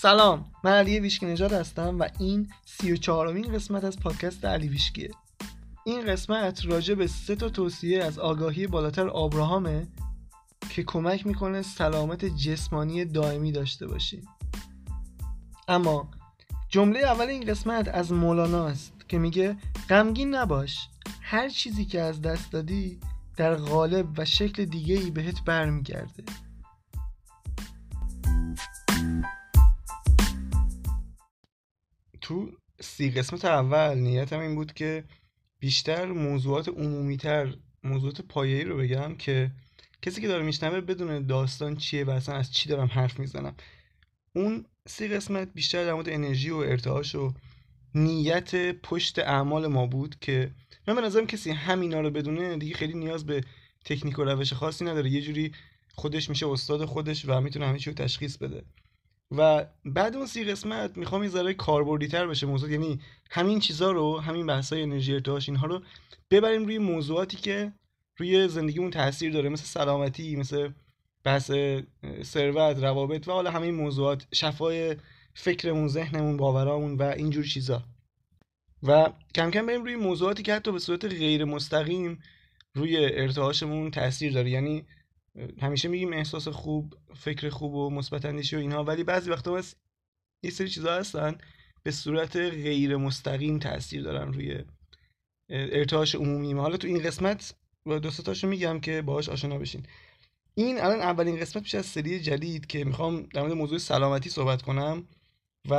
سلام، من علی ویشکی نژاد هستم و این 34مین قسمت از پادکست علی ویشکیه. این قسمت راجع به 3 توصیه از آگاهی بالاتر آبراهامه که کمک میکنه سلامت جسمانی دائمی داشته باشیم. اما جمله اول این قسمت از مولانا است که میگه غمگین نباش، هر چیزی که از دست دادی در قالب و شکل دیگه‌ای بهت برمیگرده. تو 30 قسمت اول نیتم این بود که بیشتر موضوعات عمومی‌تر، موضوعات پایه‌ای رو بگم که کسی که داره میشنوه بدون داستان چیه و اصلا از چی دارم حرف میزنم. اون 30 قسمت بیشتر در مورد انرژی و ارتعاش و نیت پشت اعمال ما بود که من به نظرم کسی همینا رو بدونه دیگه خیلی نیاز به تکنیک و روش خاصی نداره، یه جوری خودش میشه استاد خودش و میتونه همه چی رو تشخیص بده. و بعد اون 30 قسمت میخوام یه ذره کاربردی تر بشه موضوع، یعنی همین چیزا رو، همین بحثای انرژی ارتعاش اینها رو ببریم روی موضوعاتی که روی زندگیمون تاثیر داره، مثل سلامتی، مثل بحث ثروت، روابط و حالا همه این موضوعات، شفای فکرمون، ذهنمون، باورامون و اینجور چیزا. و کم کم بریم روی موضوعاتی که حتی به صورت غیر مستقیم روی ارتعاشمون تاثیر داره. یعنی همیشه میگیم احساس خوب، فکر خوب و مثبت اندیشی و اینها، ولی بعضی وقتا یه سری چیزا هستن به صورت غیر مستقیم تاثیر دارن روی ارتعاش عمومی ما. حالا تو این قسمت با 2 تاشو میگم که باهاش آشنا بشین. این الان اولین قسمت میشه از سری جدید که میخوام در مورد موضوع سلامتی صحبت کنم و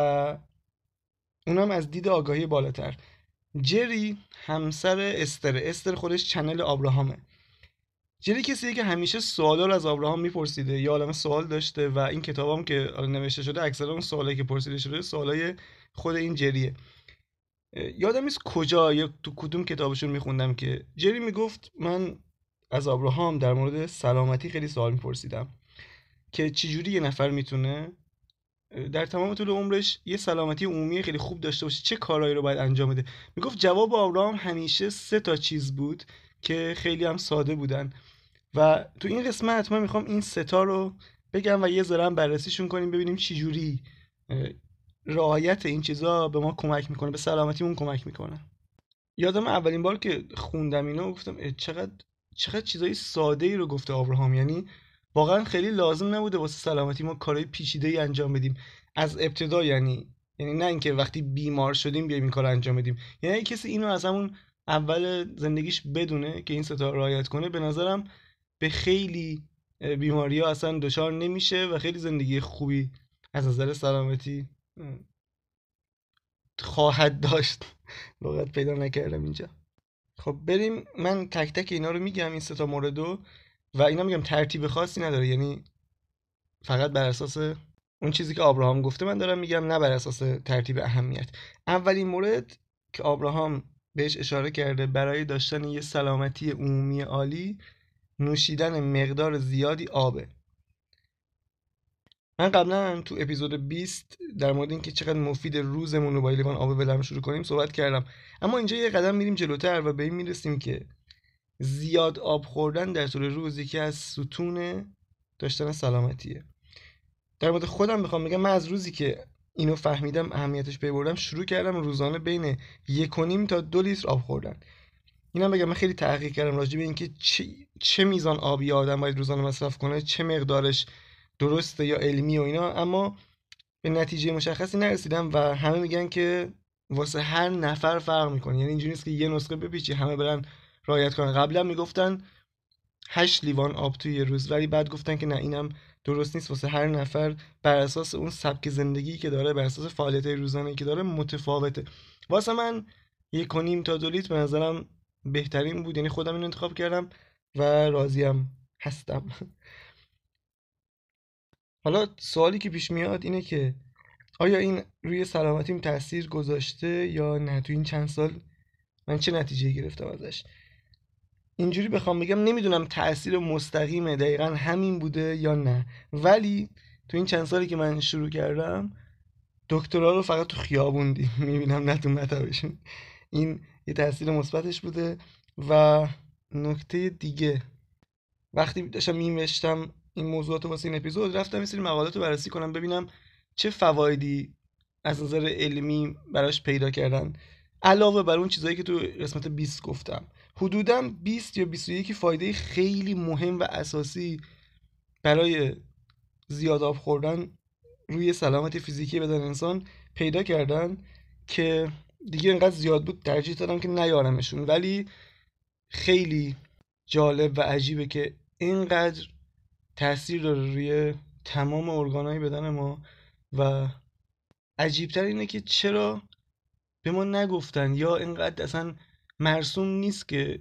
اونم از دید آگاهی بالاتر. جری همسر استر خودش چنل آبراهامه. جری کسیه که همیشه سوالا رو از آبراهام میپرسیده، یه عالمه سوال داشته و این کتابام که نوشته شده اکثرا اون سوالایی که پرسیده شده سوالای خود این جریه. یادم نیست کجا یا تو کدوم کتابشون میخوندم که جری میگفت من از آبراهام در مورد سلامتی خیلی سوال میپرسیدم که چجوری یه نفر میتونه در تمام طول عمرش یه سلامتی عمومی خیلی خوب داشته باشه، چه کارهایی رو باید انجام بده. میگفت جواب آبراهام همیشه 3 چیز بود که خیلی هم ساده بودن و تو این قسمت من میخوام این 3 رو بگم و یه ذره بررسیشون کنیم، ببینیم چی جوری رعایت این چیزا به ما کمک میکنه، به سلامتیمون کمک میکنه. یادم اولین بار که خوندم اینو گفتم چقدر چیزای ساده ای رو گفته آبراهام، یعنی واقعا خیلی لازم نبوده واسه سلامتی ما کارهای پیچیده‌ای انجام بدیم از ابتدا. یعنی نه اینکه وقتی بیمار شدیم بیایم این کارو انجام بدیم، یعنی کسی اینو از همون اول زندگیش بدونه که این 3 رعایت کنه، به نظرم به خیلی بیماری‌ها اصلا دچار نمیشه و خیلی زندگی خوبی از نظر سلامتی خواهد داشت. لغت پیدا نکردم اینجا. خب بریم، من تک تک اینا رو میگم، این 3 موردو، و اینا میگم ترتیب خاصی نداره، یعنی فقط بر اساس اون چیزی که آبراهام گفته من دارم میگم، نه بر اساس ترتیب اهمیت. اولین مورد که آبراهام بهش اشاره کرده برای داشتن یه سلامتی عمومی عالی، نوشیدن مقدار زیادی آبه. من قبلا تو اپیزود 20 در مورد اینکه چقدر مفید روزمون رو با یه لیوان آب ولرم شروع کنیم صحبت کردم، اما اینجا یه قدم میریم جلوتر و به این میرسیم که زیاد آب خوردن در طول روز یکی از ستون داشتن سلامتیه. در مورد خودم بخوام بگم، من از روزی که اینو فهمیدم، اهمیتش پی بردم، شروع کردم روزانه بین 1.5 تا 2 لیتر آب خوردن. اینم بگم من خیلی تحقیق کردم راجع به اینکه چه میزان آبی آدم باید روزانه مصرف کنه، چه مقدارش درسته یا علمی و اینا، اما به نتیجه مشخصی نرسیدم و همه میگن که واسه هر نفر فرق میکنه. یعنی اینجوری نیست که یه نسخه بپیچی همه برن رعایت کنن. قبلا میگفتن 8 لیوان آب توی یه روز، ولی بعد گفتن که نه، اینم درست نیست، واسه هر نفر بر اساس اون سبک زندگی که داره، بر اساس فعالیت‌های روزانه‌ای که داره متفاوته. واسه من 1.5 تا 2 لیتر به نظرم بهترین بود، یعنی خودم اینو انتخاب کردم و راضیم هستم. حالا سوالی که پیش میاد اینه که آیا این روی سلامتیم تأثیر گذاشته یا نه؟ تو این چند سال من چه نتیجه گرفتم ازش؟ اینجوری بخوام بگم نمیدونم تأثیر مستقیم دقیقا همین بوده یا نه، ولی تو این چند سالی که من شروع کردم دکترها رو فقط تو خیابون میبینم، نه تو مطبشون. این یه تأثیر مثبتش بوده. و نکته دیگه، وقتی داشتم می‌نوشتم این موضوعات واسه این اپیزود، رفتم یه سری مقالات رو بررسی کنم ببینم چه فوایدی از نظر علمی براش پیدا کردن، علاوه بر اون چیزایی که تو قسمت 20 گفتم. حدوداً 20 یا 21 فایده خیلی مهم و اساسی برای زیاد آب خوردن روی سلامت فیزیکی بدن انسان پیدا کردن که دیگه انقدر زیاد بود ترجیح دادم که نیارمشون، ولی خیلی جالب و عجیبه که اینقدر تاثیر داره روی تمام ارگانهای بدن ما. و عجیبتر اینه که چرا به ما نگفتن، یا اینقدر اصلا مرسوم نیست که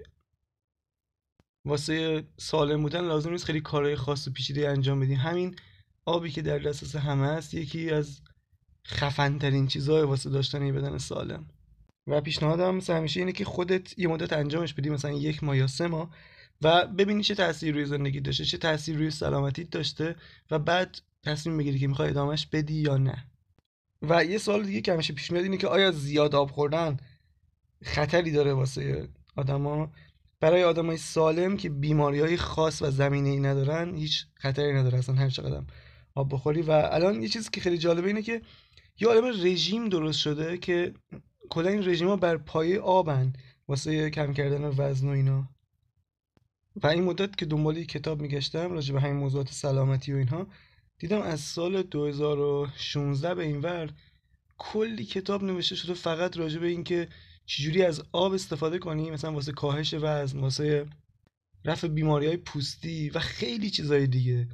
واسه سالم بودن لازم نیست خیلی کارهای خاص و پیچیده انجام بدیم. همین آبی که در دسترس همه است یکی از خفن ترین چیزهای واسه داشتن یه بدن سالم. و پیشنهادم مثل همیشه اینه که خودت یه مدت انجامش بدی، مثلا 1 ماه یا 3 ماه، و ببینی چه تأثیری روی زندگی داشته، چه تأثیری روی سلامتیت داشته، و بعد تصمیم بگیری که میخوای ادامهش بدی یا نه. و یه سوال دیگه که همیشه پیش میاد اینه که آیا زیاد آب خوردن خطری داره واسه آدما؟ برای آدمای سالم که بیماریهای خاص و زمینه‌ای ندارن هیچ خطری نداره اصلا هر چقدر آب بخوری. و الان یه چیزی که خیلی جالبه اینه که یه عالم رژیم درست شده که کلا این رژیم‌ها بر پایه آبن واسه کم کردن وزن و اینا. و این مدت که دنبال یه کتاب میگشتم راجع به همین موضوعات سلامتی و اینها، دیدم از سال 2016 به این ور کلی کتاب نوشته شده فقط راجع به این که چجوری از آب استفاده کنی، مثلا واسه کاهش وزن، واسه رفع بیماری‌های پوستی و خیلی چیزای دیگه.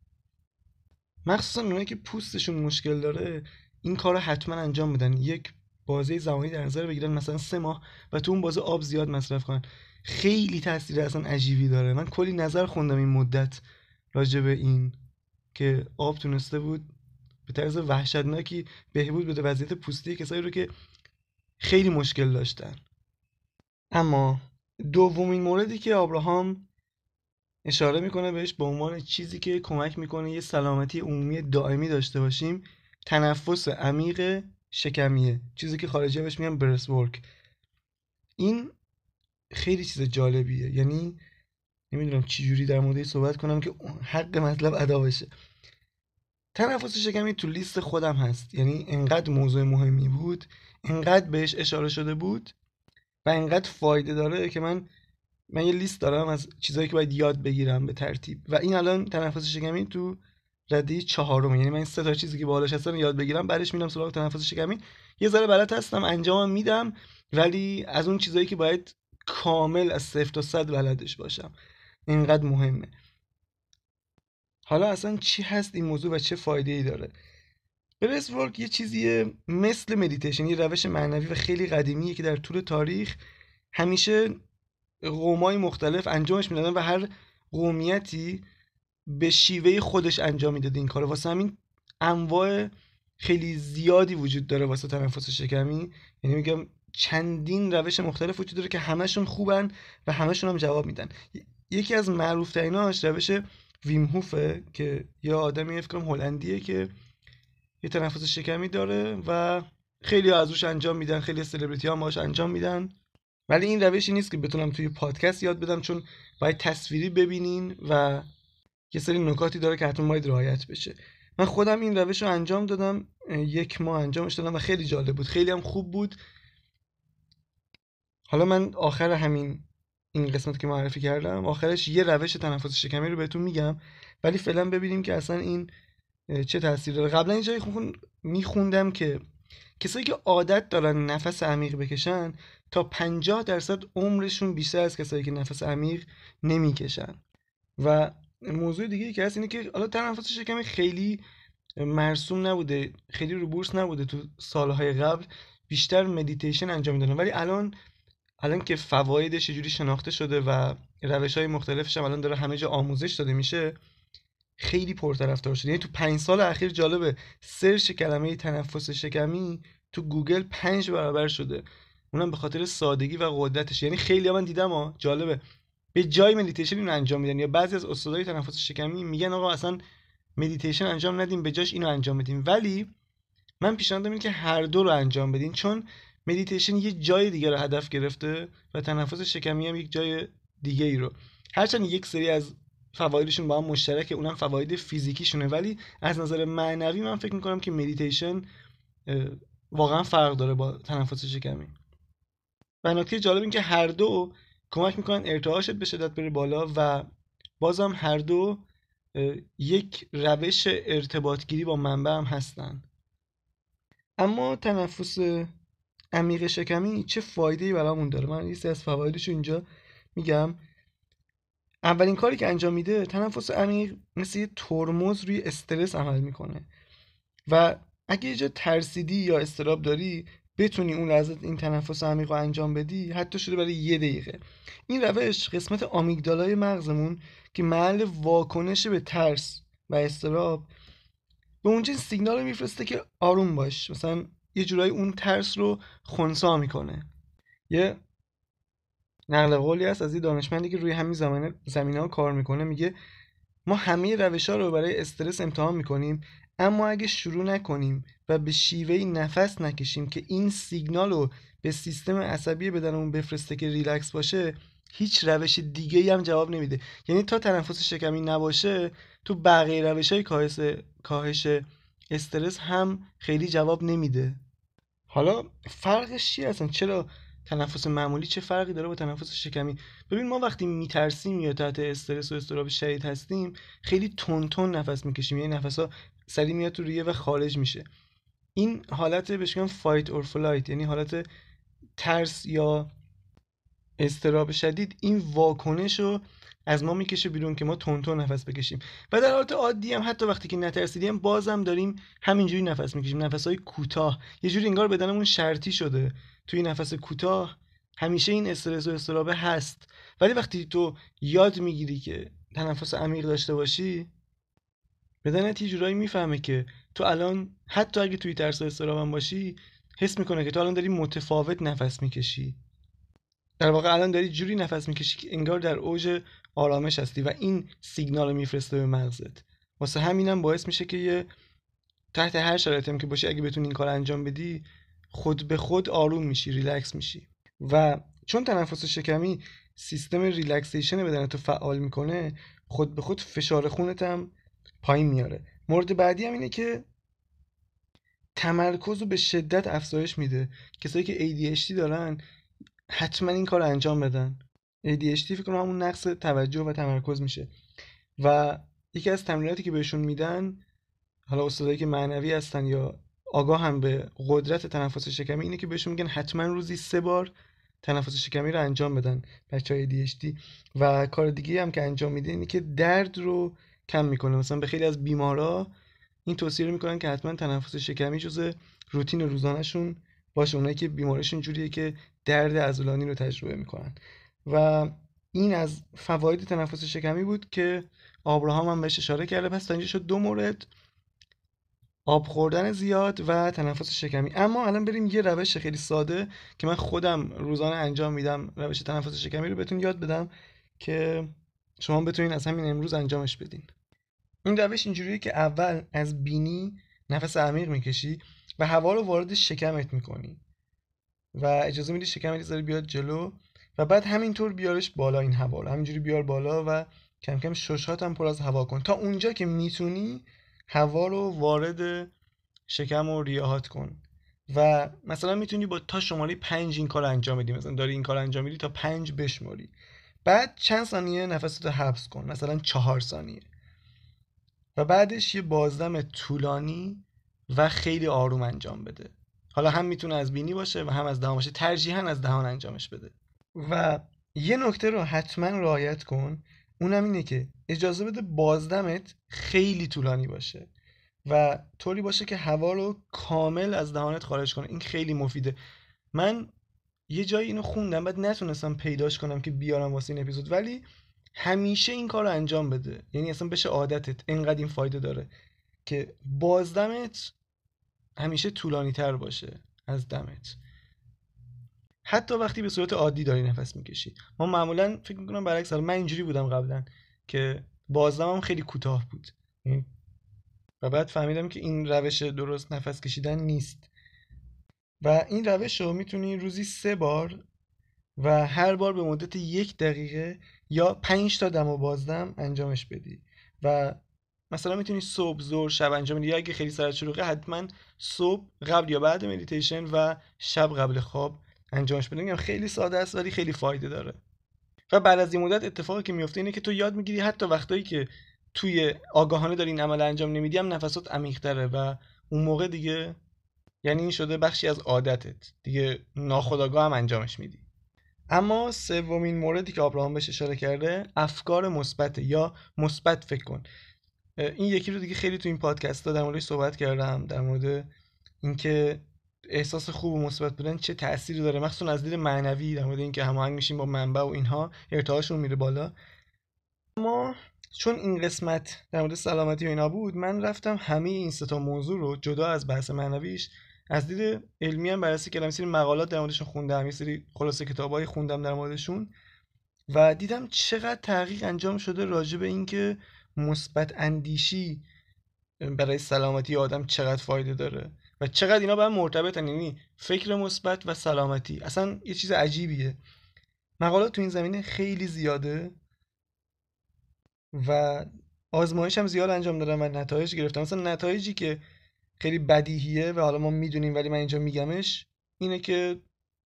مخصوصا اونایی که پوستشون مشکل داره این کار رو حتما انجام بدن، یک بازه زمانی در نظر بگیرن، مثلا 3 ماه، و تو اون بازه آب زیاد مصرف کنن. خیلی تاثیر اصلا عجیبی داره. من کلی نظر خوندم این مدت راجع به این که آب تونسته بود به طرز وحشتناکی بهبود بده وضعیت پوستی کسایی رو که خیلی مشکل داشتن. اما دومین موردی که آبراهام اشاره میکنه بهش به عنوان چیزی که کمک میکنه یه سلامتی عمومی دائمی داشته باشیم، تنفس عمیق شکمیه، چیزی که خارجی بهش میگن برس ورک. این خیلی چیز جالبیه، یعنی نمیدونم چی جوری در موردش صحبت کنم که حق مطلب ادا بشه. تنفس شکمی تو لیست خودم هست، یعنی انقدر موضوع مهمی بود، انقدر بهش اشاره شده بود و انقدر فایده داره که من یه لیست دارم از چیزایی که باید یاد بگیرم به ترتیب، و این الان تنفس شکمی تو رده 4، یعنی من این 3 تا چیزی که بالاش هستن یاد بگیرم، بعدش میرم سراغ تنفس شکمی. یه ذره بلد هستم، انجام میدم، ولی از اون چیزایی که باید کامل از 0 تا 100 بلدش باشم، اینقدر مهمه. حالا اصلا چی هست این موضوع و چه فایده ای داره؟ برس ورک یه چیزیه مثل مدیتیشن، یه روش معنوی و خیلی قدیمیه که در طول تاریخ همیشه قومای مختلف انجامش میدادن و هر قومیتی به شیوه خودش انجام میداده این کارو. واسه همین انواع خیلی زیادی وجود داره واسه تنفس شکمی، یعنی میگم چندین روش مختلف وجود داره که همشون خوبن و همشون هم جواب میدن. یکی از معروف تریناش روش ویم هوفه که یه آدمی فکر کنم هلندیه که یه تنفس شکمی داره و خیلی ازش انجام میدن، خیلی سلبریتی ها باهاش انجام میدن. ولی این روشی نیست که بتونم توی پادکست یاد بدم، چون باید تصویری ببینین و یه سری نکاتی داره که حتما باید رعایت بشه. من خودم این روش رو انجام دادم، 1 ماه انجامش دادم و خیلی جالب بود، خیلی هم خوب بود. حالا من آخر این قسمت که معرفی کردم آخرش یه روش تنفس شکمی رو بهتون میگم، ولی فعلا ببینیم که اصلا این چه تاثیر داره. قبلا این جایی میخوندم که کسایی که عادت دارن نفس عمیق بکشن تا 50% عمرشون بیشتر از کسایی که نفس عمیق نمیکشن. و موضوع دیگه که هست اینه که حالا تنفس شکمی خیلی مرسوم نبوده، خیلی رو بورس نبوده تو سالهای قبل، بیشتر مدیتیشن انجام میدادن، ولی الان که فوایدش چجوری شناخته شده و روش‌های مختلفش هم الان داره همه جا آموزش داده میشه، خیلی پرطرفدار شده. یعنی تو 5 سال اخیر جالبه سرچ کلمه تنفس شکمی تو گوگل 5 برابر شده، اونم به خاطر سادگی و قدرتش. یعنی خیلی من دیدم جالبه به جای مدیتیشن اینو انجام میدن، یا بعضی از استادای تنفس شکمی میگن آقا اصلا مدیتیشن انجام ندیم، به جاش اینو انجام بدیم. ولی من پیشنهاد میدم که هر دو رو انجام بدین، چون مدیتیشن یه جای دیگه رو هدف گرفته و تنفس شکمی هم یک جای دیگه ای رو. هرچند یک سری از فوایدشون با هم مشترکه، اونم فواید فیزیکیشونه، ولی از نظر معنوی من فکر میکنم که مدیتیشن واقعا فرق داره با تنفس شکمی. و نکته جالب این که هر دو کمک میکنن ارتعاشت به شدت بره بالا و بازم هر دو یک روش ارتباط گیری با منبع هم هستن. اما تنفس عمیق شکمی چه فایده‌ای برامون داره؟ من یه سری از فوایدش اینجا میگم. اولین کاری که انجام میده، تنفس عمیق مثل یه ترمز روی استرس عمل میکنه و اگه یه جا ترسیدی یا اضطراب داری، بتونی اون لحظه این تنفس عمیق رو انجام بدی، حتی شده برای 1 دقیقه. این روش قسمت آمیگدالای مغزمون که محل واکنش به ترس و اضطراب، به اونجا سیگنال میفرسته که آروم باش، مثلا یه جورایی اون ترس رو خنثی میکنه. یه نقل قولی هست از یه دانشمندی که روی همین زمینه‌ها کار میکنه، میگه ما همه روش‌ها رو برای استرس امتحان میکنیم، اما اگه شروع نکنیم و به شیوهی نفس نکشیم که این سیگنال رو به سیستم عصبی بدنمون بفرسته که ریلکس باشه، هیچ روش دیگه‌ای هم جواب نمیده. یعنی تا تنفس شکمی نباشه، تو بقیه روش‌های کاهش استرس هم خیلی جواب نمیده. حالا فرقش چیه اصلا؟ چرا تنفس معمولی چه فرقی داره با تنفس شکمی؟ ببین، ما وقتی میترسیم یا تحت استرس و اضطراب شدید هستیم، خیلی تون تون نفس میکشیم، یعنی نفسا سریع میاد تو ریه و خارج میشه. این حالت بهش میگن فایت اور فلایت، یعنی حالت ترس یا اضطراب شدید. این واکنش رو از ما میکشه بیرون که ما تون تون نفس بکشیم. و در حالت عادی هم، حتی وقتی که نترسیدیم، بازم داریم همینجوری نفس میکشیم، نفسهای کوتاه. یه جوری انگار بدنمون شرطی شده توی نفس کوتاه همیشه این استرس و اضطراب هست. ولی وقتی تو یاد میگیری که تنفس عمیق داشته باشی، بدنت یه جورایی میفهمه که تو الان حتی اگه توی ترس و اضطراب هم باشی، حس میکنه که تو الان داری متفاوت نفس میکشی. در واقع الان داری جوری نفس میکشی که انگار در اوج آرامش هستی و این سیگنال رو میفرسته به مغزت. واسه همینم باعث میشه که تحت هر شرایطی هم که باشی، اگه بتونی این کار انجام بدی، خود به خود آروم میشی، ریلکس میشی. و چون تنفس شکمی سیستم ریلکسیشن بدنت رو فعال میکنه، خود به خود فشار خونت هم پایین میاره. مورد بعدی هم اینه که تمرکز رو به شدت افزایش میده. کسایی که ADHD دارن حتما این کار رو انجام بدن. ADHD فکر کنم همون نقص توجه و تمرکز میشه. و یکی از تمریناتی که بهشون میدن، حالا استادایی که معنوی هستن یا آگاه هم به قدرت تنفس شکمی، اینه که بهشون میگن حتما روزی 3 بار تنفس شکمی رو انجام بدن بچهای ADHD. و کار دیگه هم که انجام میده اینه که درد رو کم میکنه. مثلا به خیلی از بیمارا این توصیه رو میکنن که حتما تنفس شکمی جزء روتین روزانه‌شون باشه، اونایی که بیماریشون جوریه که درد عضلانی رو تجربه میکنن. و این از فواید تنفس شکمی بود که آبراهام هم بهش اشاره کرده. پس تا اینجا شد 2 مورد: آب خوردن زیاد و تنفس شکمی. اما الان بریم یه روش خیلی ساده که من خودم روزانه انجام میدم، روش تنفس شکمی رو بهتون یاد بدم که شما بتونین از همین امروز انجامش بدین. این روش اینجوریه که اول از بینی نفس عمیق میکشی و هوا رو وارد شکمت میکنی و اجازه میدی شکمت ذره بیاد جلو و بعد همینطور بیارش بالا. این هوا رو همینجوری بیار بالا و کم کم ششهات هم پر از هوا کن تا اونجا که میتونی هوا رو وارد شکم و ریه‌هات کن. و مثلا میتونی با تا شماره 5 این کار انجام بدی. مثلا داری این کار انجام میدی تا 5 بشماری، بعد چند ثانیه نفستو حبس کن، مثلا 4 ثانیه، و بعدش یه بازدم طولانی و خیلی آروم انجام بده. حالا هم میتونه از بینی باشه و هم از دهان باشه، ترجیحاً از دهان انجامش بده. و یه نکته رو حتما رعایت کن، اونم اینه که اجازه بده بازدمت خیلی طولانی باشه و طوری باشه که هوا رو کامل از دهانت خارج کنه. این خیلی مفیده. من یه جایی اینو خوندم، بعد نتونستم پیداش کنم که بیارم واسه این اپیزود، ولی همیشه این کار رو انجام بده، یعنی اصلا بشه عادتت. اینقدر این فایده داره که بازدمت همیشه طولانی تر باشه از دمت، حتی وقتی به صورت عادی داری نفس میکشی. ما معمولا فکر میکنم برعکس، من اینجوری بودم قبلا که بازدمم خیلی کوتاه بود و بعد فهمیدم که این روش درست نفس کشیدن نیست. و این روش رو میتونی روزی 3 بار و هر بار به مدت 1 دقیقه یا 5 تا دم و بازدم انجامش بدی و مثلا میتونی صبح، ظهر، شب انجام بدی. یا اگه خیلی سرت شلوغه حتما صبح قبل یا بعد مدیتیشن و شب قبل خواب انجامش بدی. میگم خیلی ساده است ولی خیلی فایده داره. و بعد از این مدت اتفاقی که میفته اینه که تو یاد میگیری حتی وقتایی که توی آگاهانه داری این عمل انجام نمیدی هم نفسات عمیق‌تره و اون موقع دیگه یعنی این شده بخشی از عادتت، دیگه ناخودآگاه هم انجامش میدی. اما سومین موردی که آبراهام بهش اشاره کرده افکار مثبت یا مثبت فکر کن. این یکی رو دیگه خیلی تو این پادکست ها در موردش صحبت کردم، در مورد اینکه احساس خوب و مثبت بودن چه تأثیری داره، مخصوصا از دید معنوی، در مورد اینکه هماهنگ میشیم با منبع و اینها، ارتعاشون میره بالا. اما چون این قسمت در مورد سلامتی و اینا بود، من رفتم همه این سه تا موضوع رو جدا از بحث معنویش از دید علمی هم بررسی کردم. یه سری مقالات در موردشون خوندم، یه سری خلاصه کتابای خوندم در موردشون و دیدم چقدر تحقیق انجام شده راجع به اینکه مثبت اندیشی برای سلامتی آدم چقدر فایده داره و چقدر اینا با هم مرتبطن. یعنی فکر مثبت و سلامتی اصلا یه چیز عجیبیه. مقالات تو این زمینه خیلی زیاده و آزمایش هم زیاد انجام دادم و نتایج گرفتم. مثلا نتایجی که خیلی بدیهیه و حالا ما میدونیم ولی من اینجا میگمش، اینه که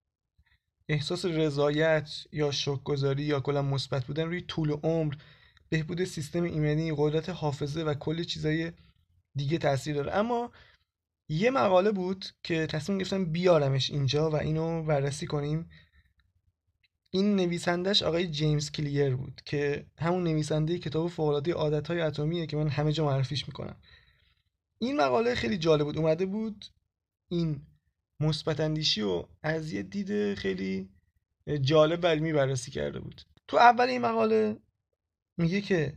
احساس رضایت یا شکرگزاری یا کلا مثبت بودن روی طول عمر، بهبود سیستم ایمنی، قدرت حافظه و کلی چیزای دیگه تاثیر داره. اما یه مقاله بود که تصمیم گرفتم بیارمش اینجا و اینو بررسی کنیم. این نویسندش آقای جیمز کلیر بود که همون نویسنده کتاب فوق‌العاده عادت‌های اتمیه که من همه جا معرفیش میکنم. این مقاله خیلی جالب بود، اومده بود این مثبت اندیشی رو از یه دید خیلی جالب و علمی بررسی کرده بود. تو اول این مقاله میگه که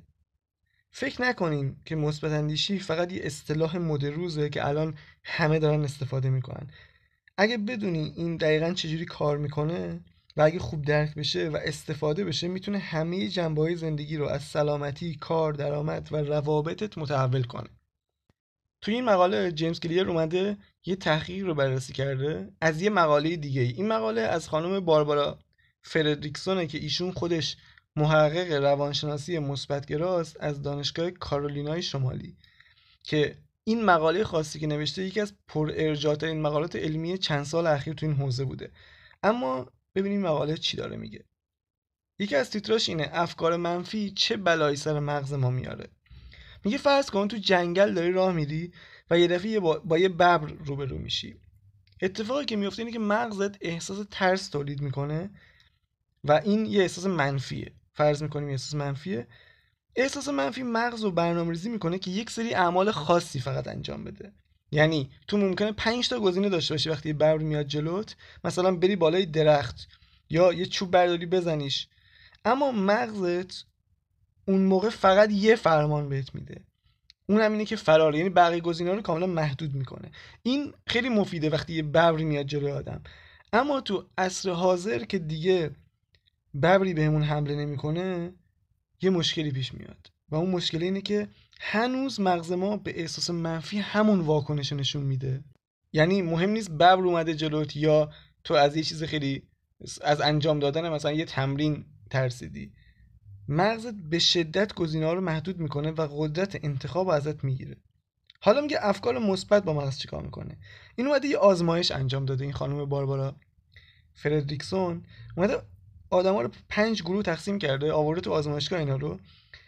فکر نکنین که مثبت اندیشی فقط یه اصطلاح مد روزه که الان همه دارن استفاده میکنن. اگه بدونی این دقیقاً چجوری کار میکنه و اگه خوب درک بشه و استفاده بشه، میتونه همه جنبه‌های زندگی رو از سلامتی، کار، درآمد و روابطت متحول کنه. توی این مقاله جیمز کلیر اومده یه تحقیق رو بررسی کرده از یه مقاله دیگه. این مقاله از خانم باربارا فردریکسونه که ایشون خودش محقق روانشناسی مثبت‌گراست از دانشگاه کارولینای شمالی، که این مقاله خاصی که نوشته یکی از پر ارجاع‌ترین مقالات علمی چند سال اخیر تو این حوزه بوده. اما ببینیم مقاله چی داره میگه. یکی از تیتراش اینه افکار منفی چه بلایی سر مغز ما میاره. میگه فرض کن تو جنگل داری راه میری و یه دفعه با یه ببر روبرو میشی. اتفاقی که میفته اینه که مغزت احساس ترس تولید میکنه و این یه احساس منفیه. فرض میکنیم یه احساس منفیه. احساس منفی مغز رو برنامه‌ریزی میکنه که یک سری اعمال خاصی فقط انجام بده. یعنی تو ممکنه 5 تا گزینه داشته باشی وقتی یه ببر میاد جلوت، مثلا بری بالای درخت یا یه چوب برداری بزنیش، اما مغزت اون موقع فقط یه فرمان بهت میده، اونم اینه که فرار. یعنی بقیه گزینه‌ها رو کاملا محدود میکنه. این خیلی مفیده وقتی یه ببری میاد جلوی آدم. اما تو عصر حاضر که دیگه ببری بهمون حمله نمیکنه، یه مشکلی پیش میاد و اون مشکل اینه که هنوز مغز ما به احساس منفی همون واکنش نشون میده. یعنی مهم نیست ببر اومده جلوت یا تو از یه چیز خیلی از انجام دادن مثلا یه تمرین ترسیدی، مغزت به شدت گزینه‌ها رو محدود میکنه و قدرت انتخاب ازت میگیره. حالا میگه افکار مثبت با مغز چیکار میکنه. این اومده یه آزمایش انجام داده. این خانم باربارا فردریکسون اومده آدما رو 5 گروه تقسیم کرده، آورده تو آزمایشگاه اینا رو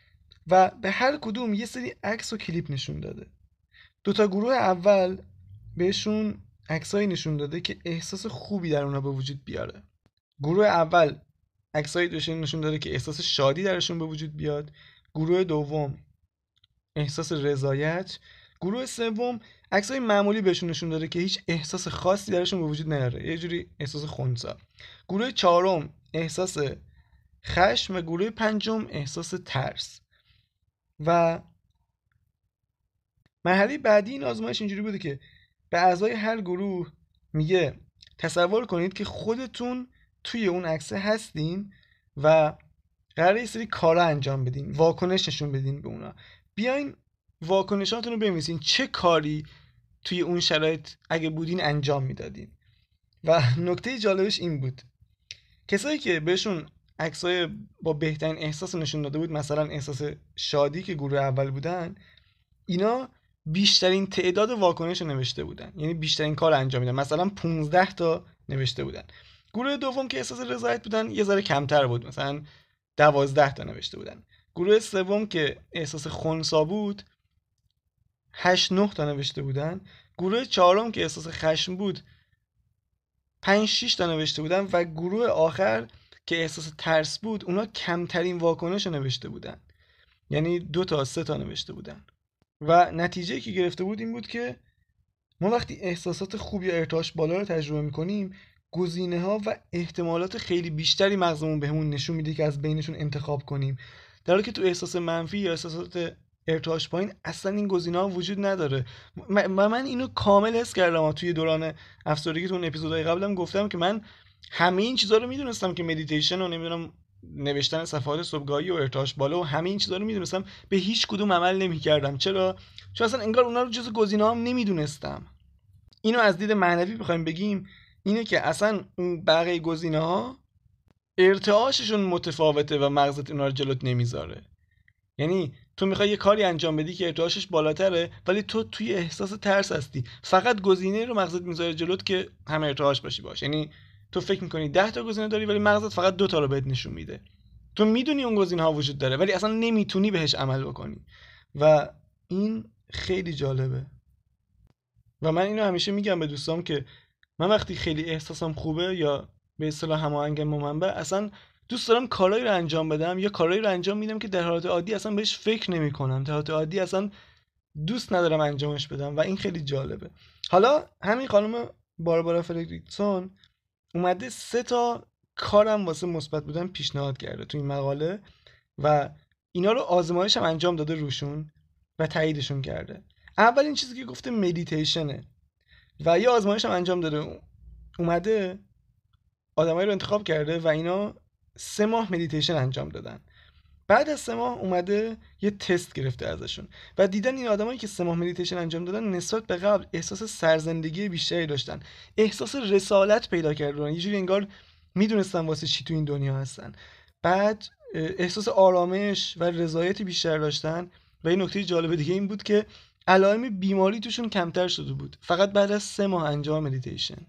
و به هر کدوم یه سری عکس و کلیپ نشون داده. 2 تا گروه اول بهشون عکسایی نشون داده که احساس خوبی در اونها به وجود بیاره. گروه اول عکسایی نشون داده که احساس شادی درشون به وجود بیاد. گروه دوم احساس رضایت. گروه سوم عکسای معمولی بهشون نشون داده که هیچ احساس خاصی درشون به وجود نیاره، یه جوری احساس خنثی. گروه چهارم احساس خشم و گروه پنجم احساس ترس. و مرحله بعدی این آزمایش اینجوری بوده که به اعضای هر گروه میگه تصور کنید که خودتون توی اون عکسه هستین و قراره یه سری کارا انجام بدین، واکنش نشون بدین به اونا. بیاین واکنشاتون رو بنویسین، چه کاری توی اون شرایط اگه بودین انجام میدادین. و نکته جالبش این بود کسایی که بهشون عکسای با بهترین احساس نشون داده بود، مثلا احساس شادی که گروه اول بودن، اینا بیشترین تعداد واکنش رو نوشته بودن، یعنی بیشترین کار انجام میدن، مثلا 15 تا نوشته بودن. گروه دوم که احساس رضایت بودن یه ذره کمتر بود، مثلا 12 تا نوشته بودن. گروه سوم که احساس خنثی بود 8 9 تا نوشته بودن. گروه چهارم که احساس خشم بود 5 6 تا نوشته بودن و گروه آخر که احساس ترس بود اونا کمترین واکنش رو نوشته بودن، یعنی 2 تا 3 تا نوشته بودن. و نتیجه که گرفته بود این بود که ما وقتی احساسات خوب یا ارتعاش بالا رو تجربه میکنیم، گزینه‌ها و احتمالات خیلی بیشتری مغزمون بهمون نشون میده که از بینشون انتخاب کنیم، در حالی که تو احساس منفی یا احساسات ارتعاش پایین اصلا این گزینه‌ها وجود نداره. من اینو کامل حس کردم توی دوران افسردگی. تو اون اپیزودهای قبلم گفتم که من همه این چیزا رو میدونستم که مدیتیشن و نمیدونم نوشتن صفحات صبحگاهی و ارتعاش بالا و همه این چیزا رو میدونستم، به هیچ کدوم عمل نمی‌کردم. چرا؟ چون اصلا انگار اونا رو جز گزینه‌هام نمیدونستم. اینو از دید معنوی بخوایم بگیم اینه که اصلا اون بقیه گزینه‌ها ارتعاششون متفاوته و مغزت اونا رو جلوت نمیذاره. یعنی تو میخوای یه کاری انجام بدی که ارتعاشش بالاتره، ولی تو توی احساس ترس هستی، فقط گزینه رو مغزت میذاره جلوت که هم ارتعاش باشه. یعنی تو فکر میکنی 10 تا گزینه داری ولی مغزت فقط 2 تا رو بهت نشون میده. تو میدونی اون گزینه‌ها وجود داره ولی اصلا نمیتونی بهش عمل بکنی و این خیلی جالبه. و من اینو همیشه میگم به دوستام که من وقتی خیلی احساسم خوبه یا به اصطلاح هماهنگم با منبع، اصلا دوست دارم کارایی رو انجام بدم یا کارایی رو انجام میدم که در حالت عادی اصلا بهش فکر نمی‌کنم، در حالت عادی اصلا دوست ندارم انجامش بدم و این خیلی جالبه. حالا همین خانم باربارا فردریکسون اومده 3 تا کارم واسه مثبت بودن پیشنهاد کرده تو این مقاله و اینا رو آزمایش هم انجام داده روشون و تاییدشون کرده. اولین چیزی که گفته مدیتیشنه و یه آزمایش هم انجام داده، اومده آدمایی رو انتخاب کرده و اینا 3 ماه مدیتیشن انجام دادن. بعد از 3 ماه اومده یه تست گرفته ازشون و دیدن این آدمایی که 3 ماه مدیتیشن انجام دادن نسبت به قبل احساس سرزندگی بیشتری داشتن، احساس رسالت پیدا کردن، یه جوری انگار میدونستن واسه چی تو این دنیا هستن. بعد احساس آرامش و رضایت بیشتر داشتن و این نکته جالب دیگه این بود که علائم بیماری توشون کمتر شده بود فقط بعد از 3 ماه انجام مدیتیشن.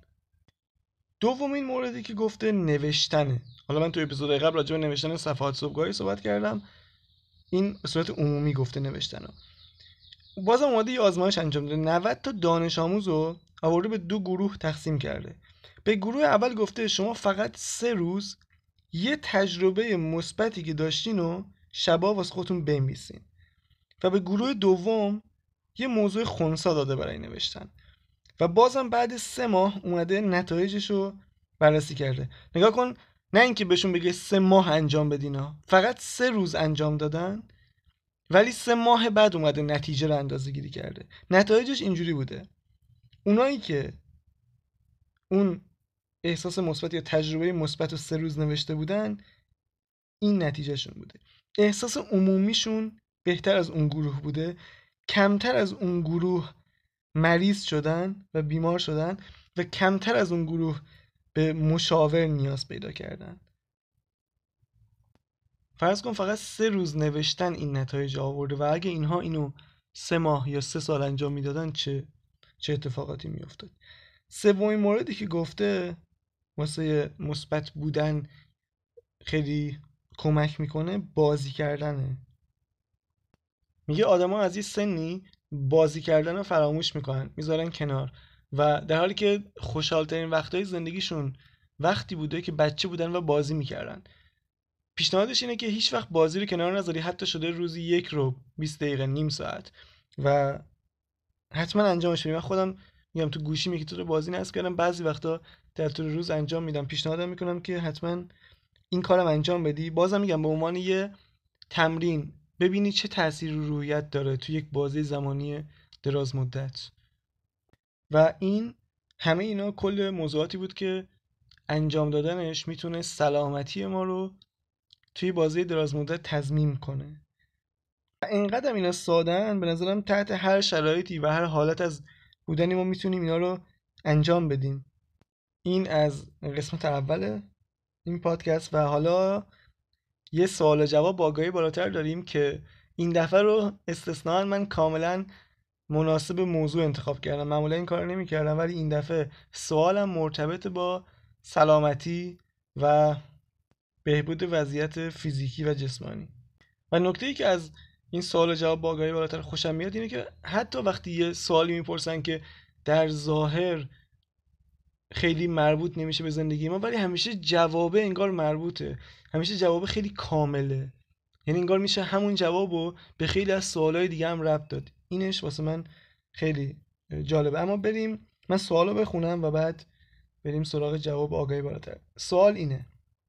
دومین موردی که گفته نوشتنه. حالا من تو اپیزود قبل راجع به نوشتن صفحات صبحگاهی صحبت کردم، این به صورت عمومی گفته نوشتنو. بازم اومده یه آزمایش انجام داده، 90 تا دانش آموز رو آورده به 2 گروه تقسیم کرده. به گروه اول گفته شما فقط 3 روز یه تجربه مثبتی که داشتین رو شبا واسه خودتون بنویسین و به گروه دوم یه موضوع خنثی داده برای نوشتن و بازم بعد 3 ماه اومده نتایجش رو بررسی کرده. نگاه کن، نه اینکه بهشون بگه 3 ماه انجام بدینا، فقط 3 روز انجام دادن ولی 3 ماه بعد اومده نتیجه رو اندازه گیری کرده. نتایجش اینجوری بوده: اونایی که اون احساس مثبت یا تجربه مثبت رو 3 روز نوشته بودن، این نتیجهشون بوده. احساس عمومیشون بهتر از اون گروه بوده، کمتر از اون گروه مریض شدن و بیمار شدن و کمتر از اون گروه به مشاور نیاز پیدا کردن. فرض کن فقط 3 روز نوشتن این نتایج آورده و اگه اینها اینو 3 ماه یا 3 سال انجام میدادن چه اتفاقاتی میافتاد. سومین موردی که گفته واسه مثبت بودن خیلی کمک میکنه بازی کردنه. میگه آدما از یه سنی بازی کردن رو فراموش میکنن، میذارن کنار و در حالی که خوشحالترین وقتهای زندگیشون وقتی بوده که بچه بودن و بازی میکردن. پیشنهادش اینه که هیچ وقت بازی رو کنار نذاری، حتی شده روزی 1 رو 20 دقیقه نیم ساعت و حتما انجامش بدی. من خودم میگم تو گوشی میگه تو بازی نصب کردم، بعضی وقتا در طول روز انجام میدم، پیشنهادم میکنم که حتما این کارم انجام بدی. بازم میگم به عنوان یه تمرین ببینی چه تأثیر رو روحیت داره تو یک بازی زمانی دراز مدت. و این همه اینا کل موضوعاتی بود که انجام دادنش میتونه سلامتی ما رو توی بازی دراز مدت تضمین کنه. و اینقدر اینا ساده‌ان، به نظرم تحت هر شرایطی و هر حالت از بودنی ما میتونیم اینا رو انجام بدیم. این از قسمت اول این پادکست و حالا یه سوال و جواب با آگاهی بالاتر داریم که این دفعه رو استثناً من کاملا مناسب موضوع انتخاب کردم. معمولا این کار نمی‌کردم، ولی این دفعه سوالم مرتبط با سلامتی و بهبود وضعیت فیزیکی و جسمانی. و نکته‌ای که از این سوال و جواب با آگاهی بالاتر خوشم میاد اینه که حتی وقتی یه سوالی میپرسن که در ظاهر خیلی مربوط نمیشه به زندگی ما، ولی همیشه جوابه انگار مربوطه، همیشه جواب خیلی کامله. یعنی انگار میشه همون جوابو به خیلی از سوالای دیگه هم ربط داد. اینش واسه من خیلی جالبه. اما بریم من سوالو بخونم و بعد بریم سراغ جواب آگاهی بالاتر. سوال اینه: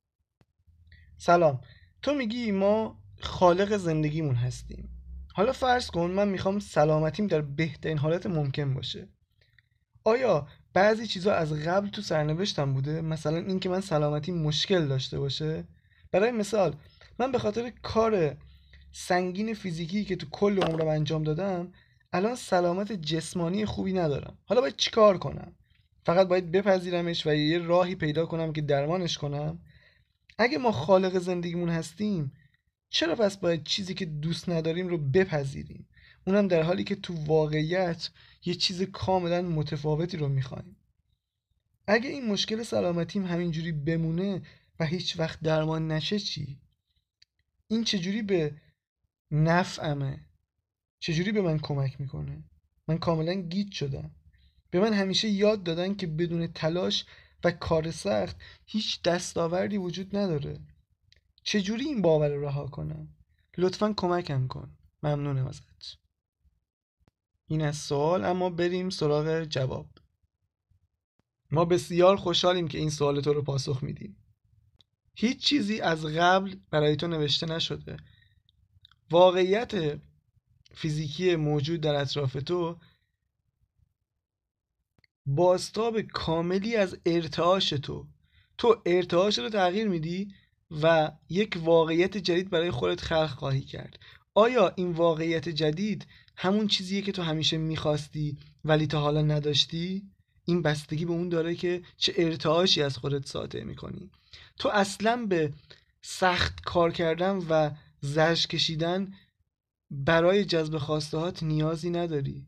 سلام، تو میگی ما خالق زندگیمون هستیم. حالا فرض کن من میخوام سلامتیم در بهترین حالت ممکن باشه. آیا بعضی چیزا از قبل تو سرنوشتم بوده؟ مثلا این که من سلامتی مشکل داشته باشه؟ برای مثال من به خاطر کار سنگین فیزیکی که تو کل عمرم انجام دادم الان سلامت جسمانی خوبی ندارم. حالا باید چیکار کنم؟ فقط باید بپذیرمش و یه راهی پیدا کنم که درمانش کنم؟ اگه ما خالق زندگیمون هستیم، چرا پس باید چیزی که دوست نداریم رو بپذیریم؟ اونم در حالی که تو واقعیت یه چیز کاملا متفاوتی رو میخوایم. اگه این مشکل سلامتیم همینجوری بمونه و هیچ وقت درمان نشه چی؟ این چجوری به نفعمه؟ چجوری به من کمک میکنه؟ من کاملا گیج شدم. به من همیشه یاد دادن که بدون تلاش و کار سخت هیچ دستاوردی وجود نداره. چجوری این باور رو رها کنم؟ لطفاً کمکم کن. ممنونم ازت. این از سوال. اما بریم سراغ جواب. ما بسیار خوشحالیم که این سوال تو رو پاسخ میدیم. هیچ چیزی از قبل برای تو نوشته نشده. واقعیت فیزیکی موجود در اطراف تو بازتاب کاملی از ارتعاش تو ارتعاش رو تغییر میدی و یک واقعیت جدید برای خودت خلق خواهی کرد. آیا این واقعیت جدید همون چیزیه که تو همیشه میخواستی ولی تا حالا نداشتی؟ این بستگی به اون داره که چه ارتعاشی از خودت ساطع میکنی. تو اصلا به سخت کار کردن و زجر کشیدن برای جذب خواستهات نیازی نداری.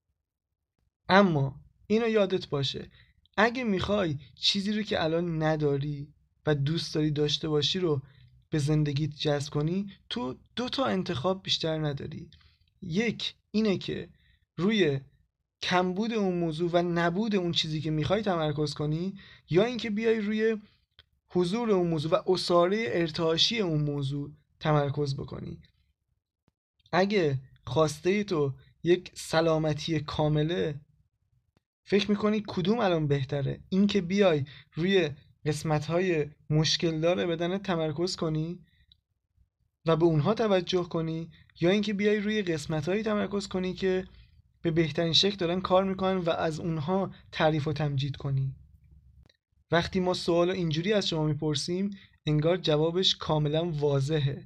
اما اینو یادت باشه، اگه میخوای چیزی رو که الان نداری و دوست داری داشته باشی رو به زندگیت جذب کنی، تو دو تا انتخاب بیشتر نداری. یک اینه که روی کمبود اون موضوع و نبود اون چیزی که میخوای تمرکز کنی، یا اینکه بیای روی حضور اون موضوع و اصاره ارتعاشی اون موضوع تمرکز بکنی. اگه خواسته تو یک سلامتی کامله، فکر میکنی کدوم الان بهتره؟ این که بیای روی قسمت‌های مشکل داره بدنت تمرکز کنی و به اونها توجه کنی، یا اینکه بیای روی قسمت‌هایی تمرکز کنی که به بهترین شکل دارن کار میکنن و از اونها تعریف و تمجید کنی؟ وقتی ما سوال اینجوری از شما میپرسیم انگار جوابش کاملا واضحه.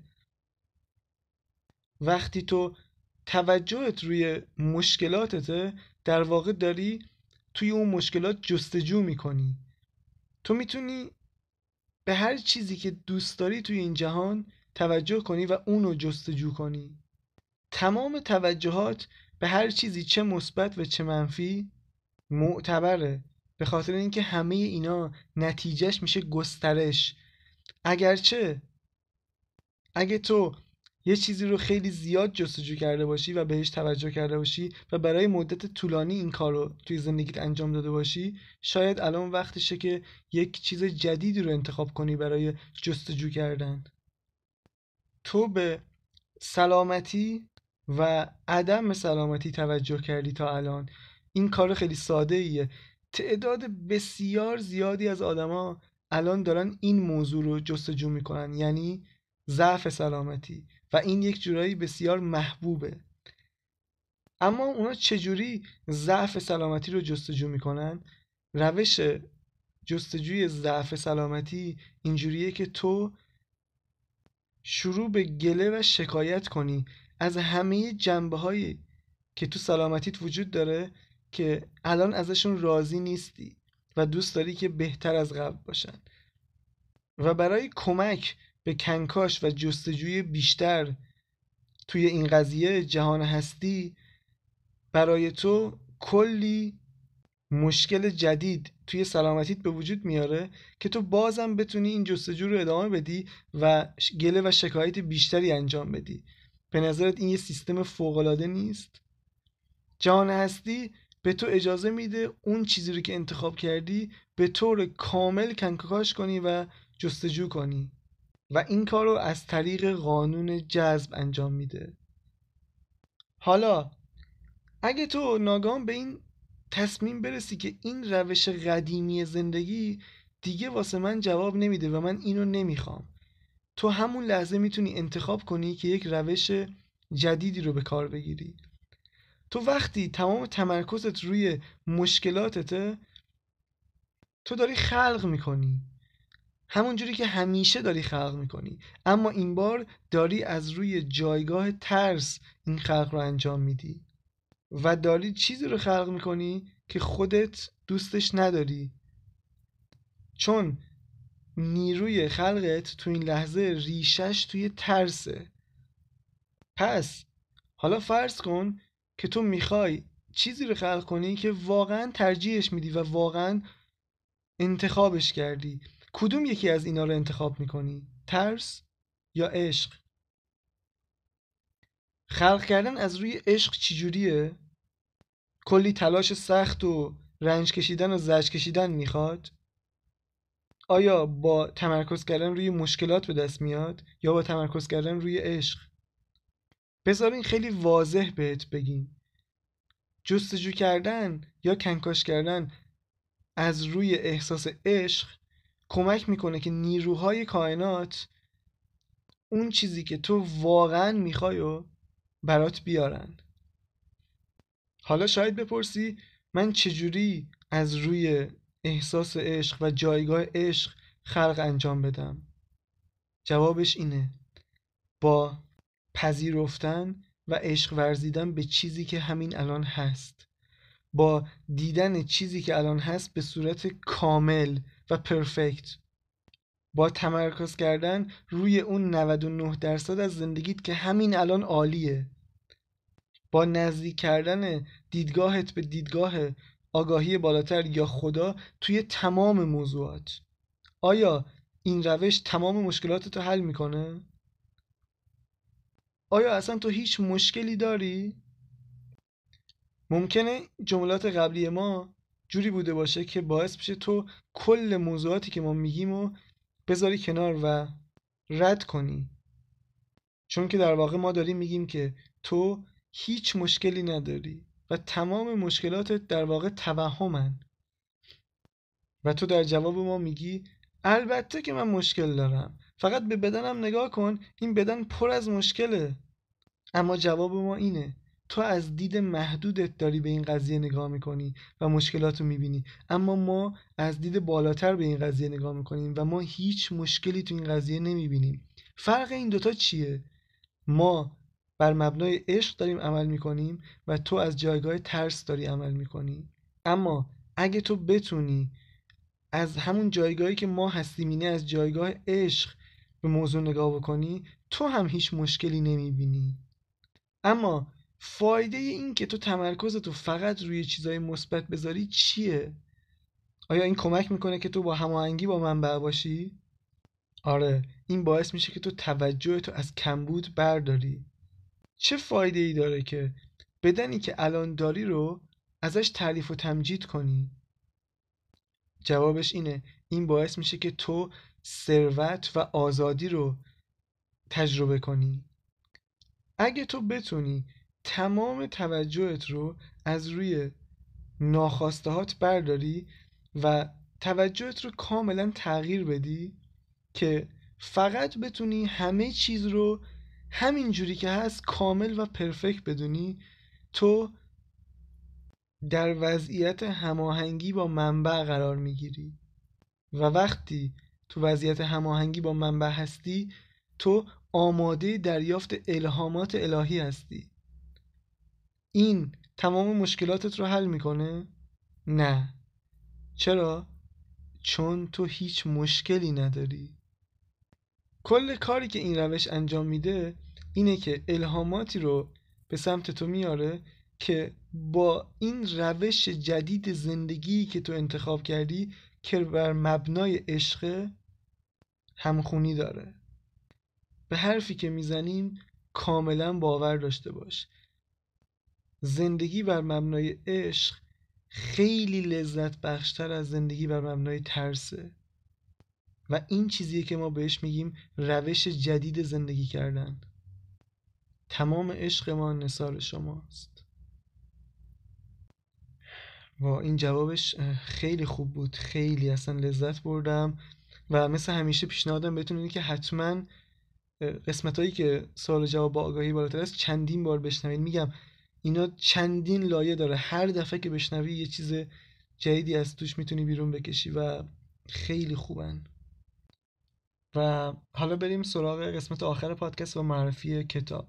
وقتی تو توجهت روی مشکلاتته، در واقع داری توی اون مشکلات جستجو میکنی. تو میتونی به هر چیزی که دوست داری توی این جهان توجه کنی و اونو جستجو کنی. تمام توجهات به هر چیزی، چه مثبت و چه منفی، معتبره، به خاطر اینکه همه اینا نتیجهش میشه گسترش. اگرچه اگه تو یه چیزی رو خیلی زیاد جستجو کرده باشی و بهش توجه کرده باشی و برای مدت طولانی این کار رو توی زندگیت انجام داده باشی، شاید الان وقتشه که یک چیز جدیدی رو انتخاب کنی برای جستجو کردن. تو به سلامتی و عدم سلامتی توجه کردی تا الان. این کار خیلی ساده ایه. تعداد بسیار زیادی از آدما الان دارن این موضوع رو جستجو میکنن، یعنی ضعف سلامتی، و این یک جورایی بسیار محبوبه. اما اونا چجوری ضعف سلامتی رو جستجو میکنن؟ روش جستجوی ضعف سلامتی اینجوریه که تو شروع به گله و شکایت کنی از همه جنبه‌هایی که تو سلامتیت وجود داره که الان ازشون راضی نیستی و دوست داری که بهتر از قبل باشن. و برای کمک به کنکاش و جستجوی بیشتر توی این قضیه جهان هستی برای تو کلی مشکل جدید توی سلامتیت به وجود میاره که تو بازم بتونی این جستجو رو ادامه بدی و گله و شکایت بیشتری انجام بدی. به نظرت این یه سیستم فوق‌العاده نیست؟ جهان هستی به تو اجازه میده اون چیزی رو که انتخاب کردی به طور کامل کنکاش کنی و جستجو کنی و این کار رو از طریق قانون جذب انجام میده. حالا اگه تو ناگهان به این تصمیم برسی که این روش قدیمی زندگی دیگه واسه من جواب نمیده و من اینو نمیخوام، تو همون لحظه میتونی انتخاب کنی که یک روش جدیدی رو به کار بگیری. تو وقتی تمام تمرکزت روی مشکلاتته، تو داری خلق میکنی همون جوری که همیشه داری خلق میکنی، اما این بار داری از روی جایگاه ترس این خلق رو انجام میدی و داری چیزی رو خلق میکنی که خودت دوستش نداری، چون نیروی خلقت تو این لحظه ریشش توی ترسه. پس حالا فرض کن که تو میخوای چیزی رو خلق کنی که واقعا ترجیحش میدی و واقعا انتخابش کردی. کدوم یکی از اینا رو انتخاب میکنی؟ ترس یا عشق؟ خلق کردن از روی عشق چجوریه؟ کلی تلاش سخت و رنج کشیدن و زجر کشیدن میخواد؟ آیا با تمرکز کردن روی مشکلات به دست میاد یا با تمرکز کردن روی عشق؟ بذارین خیلی واضح بهت بگیم، جستجو کردن یا کنکاش کردن از روی احساس عشق کمک میکنه که نیروهای کائنات اون چیزی که تو واقعا میخوای و برات بیارن. حالا شاید بپرسی من چجوری از روی احساس عشق و جایگاه عشق خلق انجام بدم؟ جوابش اینه: با پذیرفتن و عشق ورزیدن به چیزی که همین الان هست، با دیدن چیزی که الان هست به صورت کامل و پرفکت، با تمرکز کردن روی اون 99% از زندگیت که همین الان عالیه، با نزدیک کردن دیدگاهت به دیدگاه آگاهی بالاتر یا خدا توی تمام موضوعات. آیا این روش تمام مشکلاتتو حل میکنه؟ آیا اصلا تو هیچ مشکلی داری؟ ممکنه جملات قبلی ما جوری بوده باشه که باعث بشه تو کل موضوعاتی که ما میگیم و بذاری کنار و رد کنی، چون که در واقع ما داریم میگیم که تو هیچ مشکلی نداری و تمام مشکلاتت در واقع توهمن و تو در جواب ما میگی البته که من مشکل دارم، فقط به بدنم نگاه کن، این بدن پر از مشکله. اما جواب ما اینه: تو از دید محدودت داری به این قضیه نگاه میکنی و مشکلاتو میبینی، اما ما از دید بالاتر به این قضیه نگاه میکنیم و ما هیچ مشکلی تو این قضیه نمیبینیم. فرق این دوتا چیه؟ ما بر مبنای عشق داریم عمل میکنیم و تو از جایگاه ترس داری عمل میکنی. اما اگه تو بتونی از همون جایگاهی که ما هستیم، اینه از جایگاه عشق به موضوع نگاه بکنی، تو هم هیچ مشکلی نمیبینی. اما فایده این که تو تمرکزتو فقط روی چیزای مثبت بذاری چیه؟ آیا این کمک میکنه که تو با هماهنگی با منبع باشی؟ آره، این باعث میشه که تو توجهتو از کمبود برداری. چه فایده ای داره که بدنی که الان داری رو ازش تعریف و تمجید کنی؟ جوابش اینه: این باعث میشه که تو ثروت و آزادی رو تجربه کنی. اگه تو بتونی تمام توجهت رو از روی ناخواستهات برداری و توجهت رو کاملا تغییر بدی که فقط بتونی همه چیز رو همین جوری که هست کامل و پرفکت بدونی، تو در وضعیت هماهنگی با منبع قرار میگیری و وقتی تو وضعیت هماهنگی با منبع هستی، تو آماده دریافت الهامات الهی هستی. این تمام مشکلاتت رو حل میکنه؟ نه. چرا؟ چون تو هیچ مشکلی نداری. کل کاری که این روش انجام میده اینه که الهاماتی رو به سمت تو میاره که با این روش جدید زندگی که تو انتخاب کردی که بر مبنای عشق همخونی داره. به حرفی که میزنیم کاملا باور داشته باش. زندگی بر مبنای عشق خیلی لذت بخشتر از زندگی بر مبنای ترسه و این چیزیه که ما بهش میگیم روش جدید زندگی کردن. تمام عشق ما نثار شماست. و این جوابش خیلی خوب بود، خیلی اصلا لذت بردم و مثل همیشه پیشنهادم بهتون اینه که حتما قسمتایی که سوال جواب با آگاهی بالاتر است چندین بار بشنوید. میگم اینا چندین لایه داره، هر دفعه که بشنوی یه چیز جدیدی از توش میتونی بیرون بکشی و خیلی خوبن. و حالا بریم سراغ قسمت آخر پادکست و معرفی کتاب.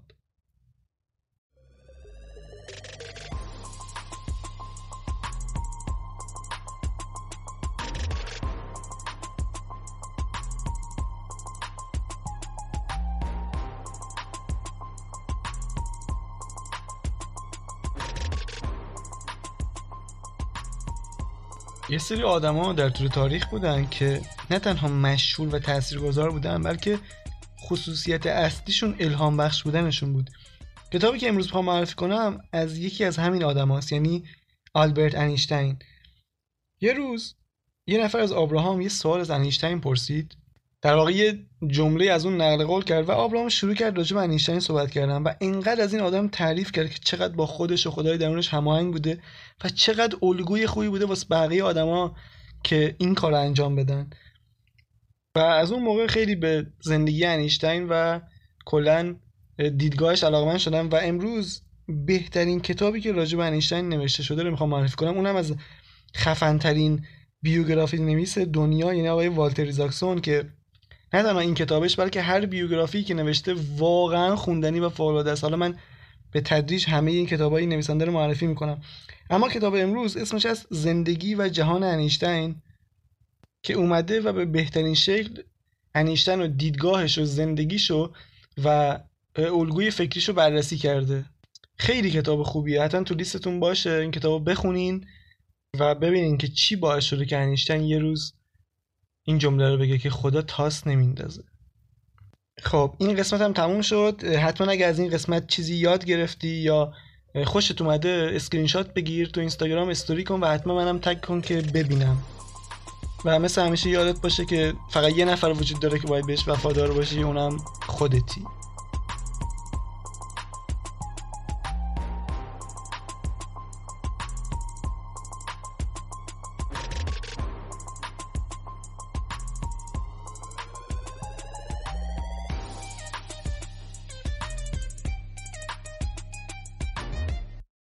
یه سری آدما در طول تاریخ بودن که نه تنها مشهور و تاثیرگذار بودن بلکه خصوصیت اصلیشون الهام بخش بودنشون بود. کتابی که امروز میخوام معرفی کنم از یکی از همین آدماست، یعنی آلبرت اینشتین. یه روز یه نفر از آبراهام یه سوال از اینشتین پرسید، در واقع یه جمله از اون نقل قول کرد و آبراهام شروع کرد راجع به اینشتین صحبت کردن و اینقدر از این آدم تعریف کرد که چقدر با خودش و خدای درونش هماهنگ بوده و چقدر الگوی خوبی بوده واسه بقیه آدما که این کار انجام بدن. و از اون موقع خیلی به زندگی اینشتین و کلاً دیدگاهش علاقه‌مند شدم و امروز بهترین کتابی که راجع به اینشتین نوشته شده رو میخوام معرفی کنم. اونم از خفن‌ترین بیوگرافی نویس دنیا، یعنی آقای والتر ایزاکسون، که نه تنها این کتابش بلکه هر بیوگرافی که نوشته واقعا خوندنی و فوق‌العاده است. حالا من به تدریج همه این کتابای نویسنده رو معرفی میکنم، اما کتاب امروز اسمش از زندگی و جهان اینشتین که اومده و به بهترین شکل اینشتین و دیدگاهش و زندگیشو و الگوی فکریشو بررسی کرده. خیلی کتاب خوبیه، حتما تو لیستتون باشه این کتابو بخونین و ببینین که چی باعث شده که اینشتین یه روز این جمله رو بگه که خدا تاس نمیندازه. خب این قسمت هم تموم شد. حتما اگه از این قسمت چیزی یاد گرفتی یا خوشت اومده اسکرین شات بگیر، تو اینستاگرام استوری کن و حتما منم تگ کن که ببینم. و مثل همیشه یادت باشه که فقط یه نفر وجود داره که باید بهش وفادار باشی، اونم خودتی.